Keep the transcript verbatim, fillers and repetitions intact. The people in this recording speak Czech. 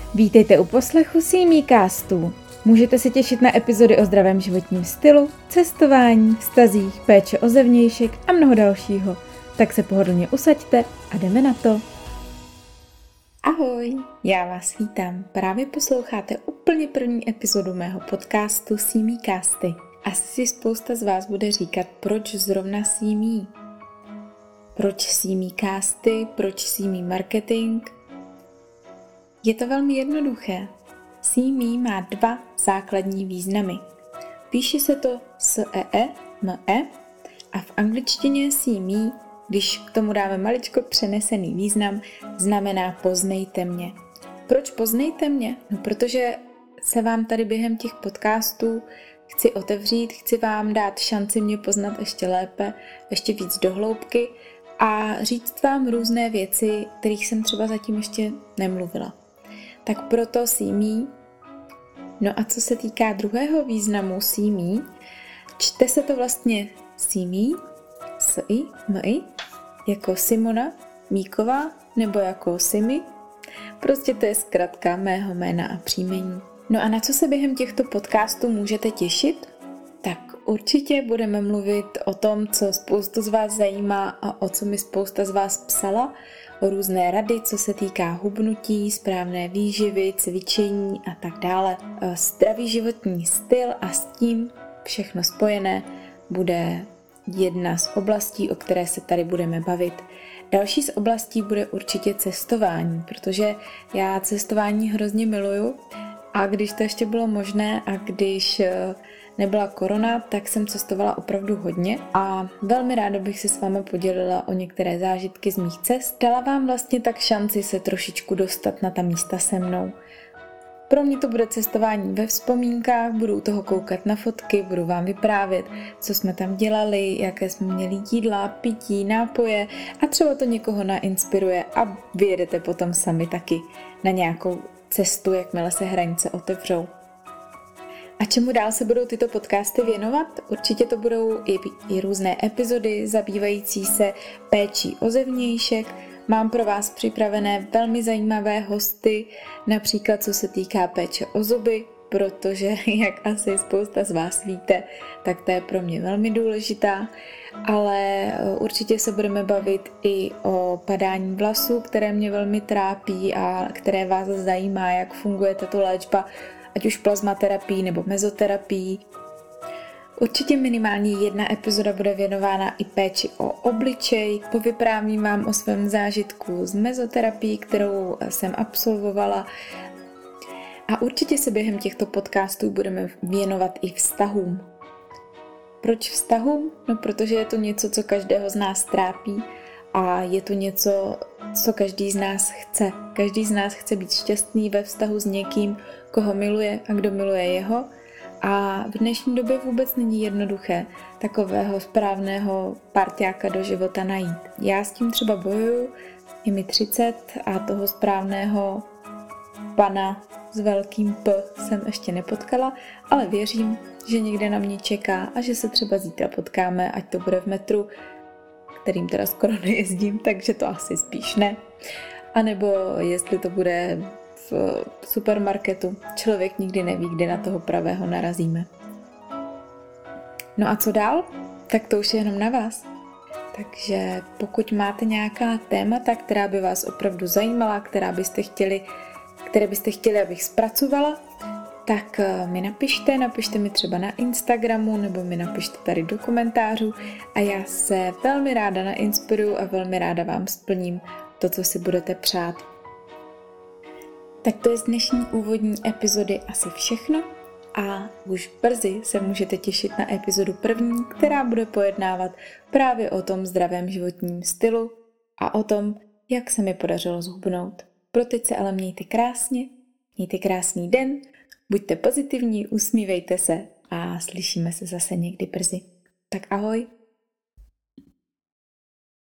Vítejte u poslechu Símícastu. Můžete se těšit na epizody o zdravém životním stylu, cestování, vztazích, péče o zevnějšek a mnoho dalšího. Tak se pohodlně usaďte a jdeme na to. Ahoj, já vás vítám. Právě posloucháte úplně první epizodu mého podcastu Símícasty. Asi si spousta z vás bude říkat, proč zrovna Símí. Proč Símícasty, proč Símí marketing? Je to velmi jednoduché. Símí má dva základní významy. Píše se to s e e, m e a v angličtině Símí, když k tomu dáme maličko přenesený význam, znamená poznejte mě. Proč poznejte mě? No protože se vám tady během těch podcastů chci otevřít, chci vám dát šanci mě poznat ještě lépe, ještě víc do hloubky a říct vám různé věci, kterých jsem třeba zatím ještě nemluvila. Tak proto Símí. No a co se týká druhého významu Símí, čte se to vlastně Símí, s i, m i, jako Simona Míková, nebo jako Simi. Prostě to je zkratka mého jména a příjmení. No a na co se během těchto podcastů můžete těšit? Tak určitě budeme mluvit o tom, co spoustu z vás zajímá a o co mi spousta z vás psala, o různé rady, co se týká hubnutí, správné výživy, cvičení a tak dále. Zdravý životní styl a s tím všechno spojené bude jedna z oblastí, o které se tady budeme bavit. Další z oblastí bude určitě cestování, protože já cestování hrozně miluju a když to ještě bylo možné a když nebyla korona, tak jsem cestovala opravdu hodně a velmi ráda bych se s vámi podělila o některé zážitky z mých cest. Dala vám vlastně tak šanci se trošičku dostat na ta místa se mnou. Pro mě to bude cestování ve vzpomínkách, budu u toho koukat na fotky, budu vám vyprávět, co jsme tam dělali, jaké jsme měli jídla, pití, nápoje a třeba to někoho nainspiruje a vyjedete potom sami taky na nějakou cestu, jakmile se hranice otevřou. A čemu dál se budou tyto podcasty věnovat? Určitě to budou i, i různé epizody zabývající se péčí o zevnějšek. Mám pro vás připravené velmi zajímavé hosty, například co se týká péče o zuby, protože, jak asi spousta z vás víte, tak to je pro mě velmi důležitá, ale určitě se budeme bavit i o padání vlasů, které mě velmi trápí a které vás zajímá, jak funguje tato léčba, ať už plazmaterapii nebo mezoterapii. Určitě minimálně jedna epizoda bude věnována i péči o obličej. Povyprávím vám o svém zážitku z mezoterapií, kterou jsem absolvovala. A určitě se během těchto podcastů budeme věnovat i vztahům. Proč vztahům? No protože je to něco, co každého z nás trápí a je to něco, co každý z nás chce. Každý z nás chce být šťastný ve vztahu s někým, koho miluje a kdo miluje jeho. A v dnešní době vůbec není jednoduché takového správného parťáka do života najít. Já s tím třeba bojuju, je mi třicet a toho správného pana s velkým P jsem ještě nepotkala, ale věřím, že někde na mě čeká a že se třeba zítra potkáme, ať to bude v metru, kterým teda skoro nejezdím, takže to asi spíš ne. A nebo jestli to bude v supermarketu. Člověk nikdy neví, kde na toho pravého narazíme. No a co dál? Tak to už je jenom na vás. Takže pokud máte nějaká témata, která by vás opravdu zajímala, která byste chtěli, které byste chtěli, abych zpracovala, tak mi napište, napište mi třeba na Instagramu nebo mi napište tady do komentářů a já se velmi ráda nainspiruju a velmi ráda vám splním to, co si budete přát. Tak to je z dnešní úvodní epizody asi všechno a už brzy se můžete těšit na epizodu první, která bude pojednávat právě o tom zdravém životním stylu a o tom, jak se mi podařilo zhubnout. Pro teď se ale mějte krásně, mějte krásný den, buďte pozitivní, usmívejte se a slyšíme se zase někdy brzy. Tak ahoj.